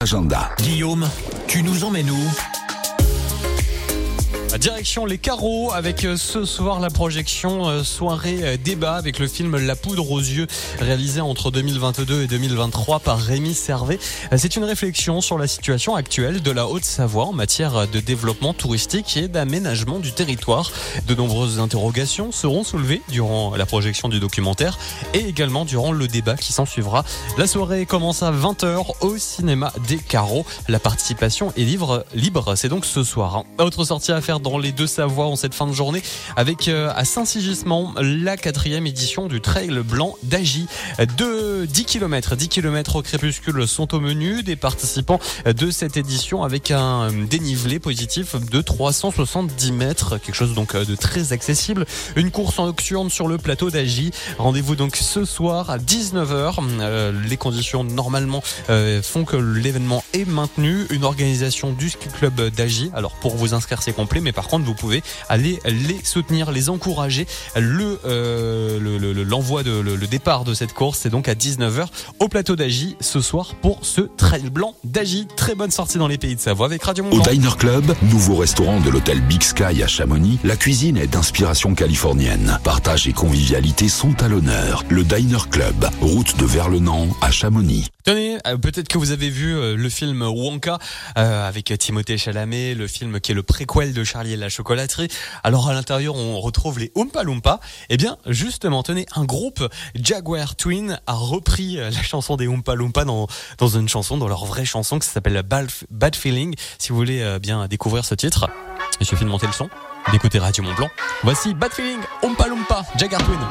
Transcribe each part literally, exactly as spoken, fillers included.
Agenda. Guillaume, tu nous emmènes où ? Direction les carreaux avec ce soir la projection soirée débat avec le film La poudre aux yeux réalisé entre deux mille vingt-deux et deux mille vingt-trois par Rémi Servet. C'est une réflexion sur la situation actuelle de la Haute-Savoie en matière de développement touristique et d'aménagement du territoire. De nombreuses interrogations seront soulevées durant la projection du documentaire et également durant le débat qui s'en suivra. La soirée commence à vingt heures au cinéma des Carreaux. La participation est libre, libre. C'est donc ce soir. Autre sortie à faire dans les Deux-Savoies en cette fin de journée avec euh, à Saint-Sigismond la quatrième édition du Trail Blanc d'Agy. De dix kilomètres, dix kilomètres au crépuscule sont au menu des participants de cette édition avec un dénivelé positif de trois cent soixante-dix mètres, quelque chose donc de très accessible. Une course nocturne sur le plateau d'Agy. Rendez-vous donc ce soir à dix-neuf heures. Euh, les conditions normalement euh, font que l'événement est maintenu. Une organisation du ski club d'Agy. Alors pour vous inscrire c'est complet, mais par contre vous pouvez aller les soutenir, les encourager. Le, euh, le, le l'envoi de le, le départ de cette course c'est donc à dix-neuf heures au plateau d'Agy ce soir pour ce Trail Blanc d'Agy. Très bonne sortie dans les Pays de Savoie avec Radio Mont Blanc. Au Diner Club, nouveau restaurant de l'hôtel Big Sky à Chamonix, la cuisine est d'inspiration californienne. Partage et convivialité sont à l'honneur. Le Diner Club, route de Verlenant à Chamonix. Tenez, peut-être que vous avez vu le film Wonka euh, avec Timothée Chalamet, le film qui est le préquel de Charlie et la chocolaterie. Alors à l'intérieur, on retrouve les Oompa Loompa. Eh bien, justement, tenez, un groupe Jaguar Twin a repris la chanson des Oompa Loompa dans dans une chanson, dans leur vraie chanson, qui s'appelle Bad Feeling. Si vous voulez euh, bien découvrir ce titre, il suffit de monter le son, d'écouter Radio Mont Blanc. Voici Bad Feeling, Oompa Loompa, Jaguar Twin.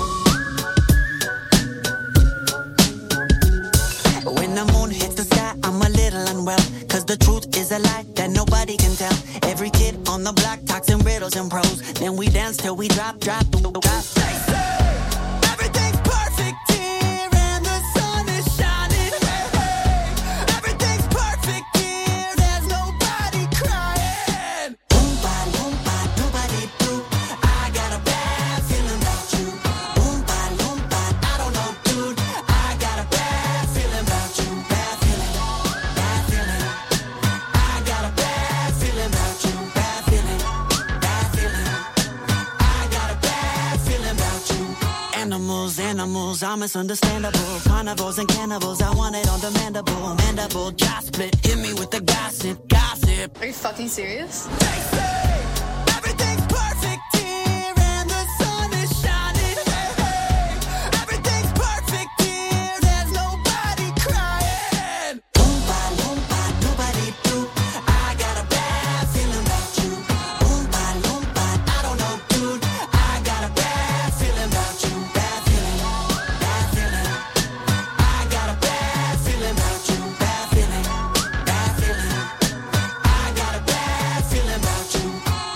When the moon hits the sky, I'm a little unwell, cause the truth is a lie that nobody can tell. Every kid on the block talks in riddles and prose. Then we dance till we drop, drop, drop. They say everything's perfect here and the sun is shining. Hey, hey. Everything's perfect here, there's nobody crying. Oompa loompa doobity doo, I got a bad feeling about you. Oompa loompa, I don't know, dude, I got a bad feeling about you. Bad feeling, bad feeling. I got a bad feeling about you. Bad feeling, bad feeling. I got a bad feeling about you. Animals, animals, I'm misunderstandable. Carnivores and cannibals, I want it on demandable. Mandible, jaw split, hit me with the gossip, gossip. Are you fucking serious? They say everything's perfect here and the sun is shining. Hey, hey. Everything's perfect here, there's nobody crying. Oompa loompa doobity doo, I got a bad feeling about you. Oompa loompa, I don't know, dude, I got a bad feeling about you. Bad feeling, bad feeling. I got a bad feeling about you. Bad feeling, bad feeling. I got a bad feeling about you.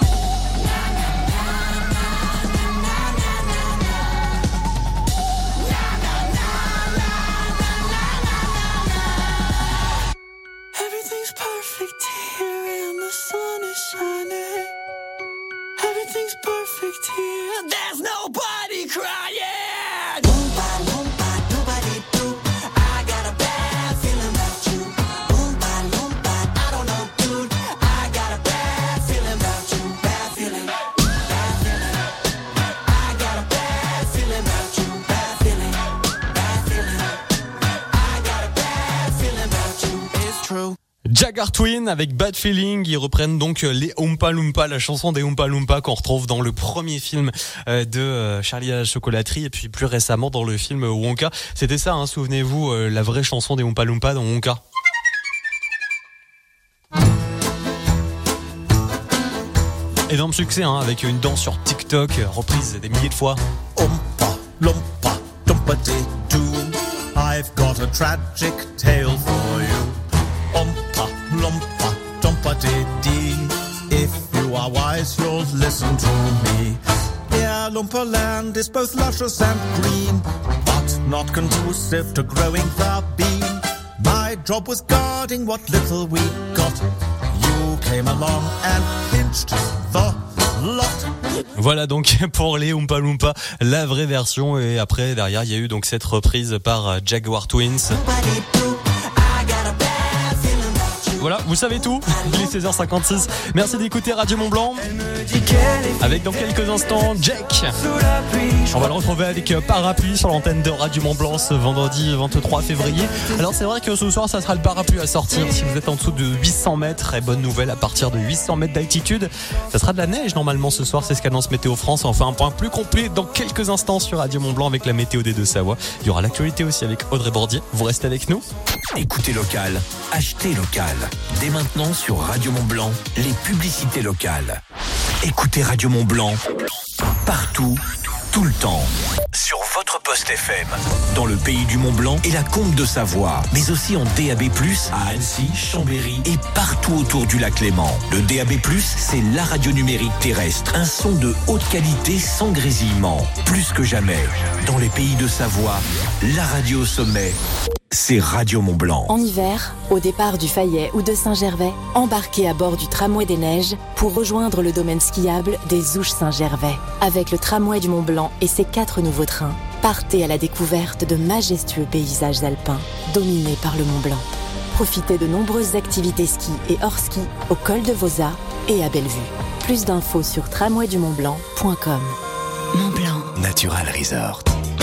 Everything's perfect here and the sun is shining. Everything's perfect here, there's nobody crying. Oompa loompa doobity doo, I got a bad feeling about you. Oompa loompa, I don't know, dude, I got a bad feeling about you. Bad feeling, bad feeling. I got a bad feeling about you. Bad feeling, bad feeling. I got a bad feeling about you. It's true. Jaguar Twin avec Bad Feeling, ils reprennent donc les Oompa Loompa, la chanson des Oompa Loompa qu'on retrouve dans le premier film de Charlie à la chocolaterie et puis plus récemment dans le film Wonka. C'était ça, hein, souvenez-vous, la vraie chanson des Oompa Loompa dans Wonka. Énorme succès, hein, avec une danse sur TikTok, reprise des milliers de fois. Oompa loompa dumpity doo, I've got a tragic tale for you. Oompa loompa dumpity dee, if you are wise you'll listen to me. Yeah, Loompa Land is both luscious and green, but not conducive to growing the bean. My job was guarding what little we got. You came along and pinched the lot. Voilà donc pour les Oompa Loompa, la vraie version. Et après derrière il y a eu donc cette reprise par Jaguar Twins. I got a bad feeling. voilà, vous savez tout. Il est seize heures cinquante-six. Merci d'écouter Radio Mont Blanc. Avec dans quelques instants, Jack. On va le retrouver avec Parapluie sur l'antenne de Radio Mont Blanc ce vendredi vingt-trois février. Alors c'est vrai que ce soir, ça sera le parapluie à sortir. Si vous êtes en dessous de huit cents mètres, et bonne nouvelle, à partir de huit cents mètres d'altitude, ça sera de la neige normalement ce soir. C'est ce qu'annonce Météo France. On fait un point plus complet dans quelques instants sur Radio Mont Blanc avec la météo des Deux-Savoie. Il y aura l'actualité aussi avec Audrey Bordier. Vous restez avec nous. Écoutez local, achetez local. Dès maintenant sur Radio Mont Blanc, les publicités locales. Écoutez Radio Mont Blanc partout, tout le temps. Sur votre poste F M, dans le pays du Mont Blanc et la Combe de Savoie, mais aussi en D A B plus, à Annecy, Chambéry et partout autour du lac Léman. Le D A B plus, c'est la radio numérique terrestre. Un son de haute qualité sans grésillement. Plus que jamais, dans les pays de Savoie, la radio au sommet, c'est Radio Mont Blanc. En hiver, au départ du Fayet ou de Saint-Gervais, embarquez à bord du tramway des neiges pour rejoindre le domaine skiable des Ouches Saint-Gervais. Avec le tramway du Mont Blanc et ses quatre nouveaux trains, partez à la découverte de majestueux paysages alpins dominés par le Mont Blanc. Profitez de nombreuses activités ski et hors ski au col de Vosa et à Bellevue. Plus d'infos sur tramway du mont blanc point com. Mont Blanc Natural Resort.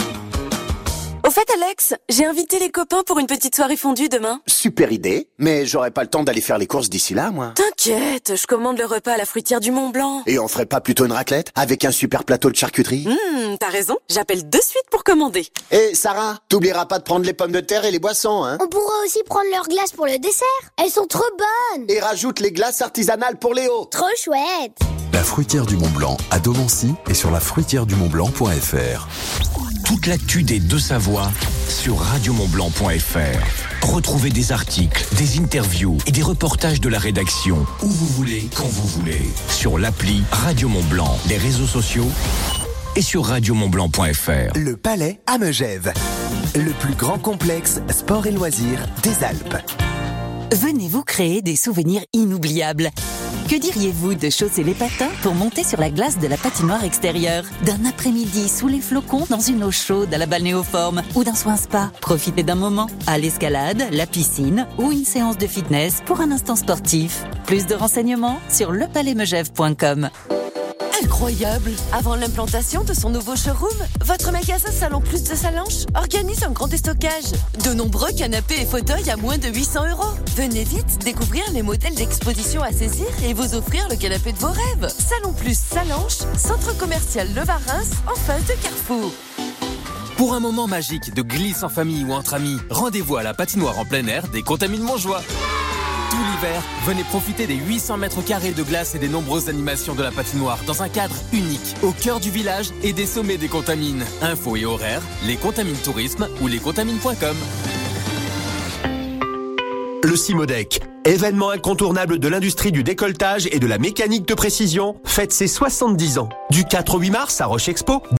Au fait, Alex, j'ai invité les copains pour une petite soirée fondue demain. Super idée, mais j'aurai pas le temps d'aller faire les courses d'ici là, moi. T'inquiète, je commande le repas à la fruitière du Mont Blanc. Et on ferait pas plutôt une raclette avec un super plateau de charcuterie? Hum, t'as raison, j'appelle de suite pour commander. Et Sarah, t'oublieras pas de prendre les pommes de terre et les boissons, hein? On pourra aussi prendre leurs glaces pour le dessert. Elles sont trop bonnes. Et rajoute les glaces artisanales pour Léo. Trop chouette. La fruitière du Mont Blanc à Domancy et sur la fruitière du mont blanc point f r. Toute l'actu des Deux-Savoie sur radio mont blanc point f r. Retrouvez des articles, des interviews et des reportages de la rédaction où vous voulez, quand vous voulez. Sur l'appli Radio Mont Blanc, les réseaux sociaux et sur radio mont blanc point f r. Le Palais à Megève, le plus grand complexe sport et loisirs des Alpes. Venez vous créer des souvenirs inoubliables. Que diriez-vous de chausser les patins pour monter sur la glace de la patinoire extérieure, d'un après-midi sous les flocons dans une eau chaude à la balnéoforme ou d'un soin spa? Profitez d'un moment à l'escalade, la piscine ou une séance de fitness pour un instant sportif. Plus de renseignements sur le palais megève point com. Incroyable! Avant l'implantation de son nouveau showroom, votre magasin Salon Plus de Salanches organise un grand déstockage. De nombreux canapés et fauteuils à moins de huit cents euros. Venez vite découvrir les modèles d'exposition à saisir et vous offrir le canapé de vos rêves. Salon Plus Salanches, centre commercial Le Varins, en face de Carrefour. Pour un moment magique de glisse en famille ou entre amis, rendez-vous à la patinoire en plein air des Contamines Montjoie. Tout l'hiver, venez profiter des huit cents mètres carrés de glace et des nombreuses animations de la patinoire dans un cadre unique, au cœur du village et des sommets des Contamines. Infos et horaires, les Contamines Tourisme ou les contamines point com. Le Cimodec, événement incontournable de l'industrie du décolletage et de la mécanique de précision, fête ses soixante-dix ans. Du quatre au huit mars à Roche Expo,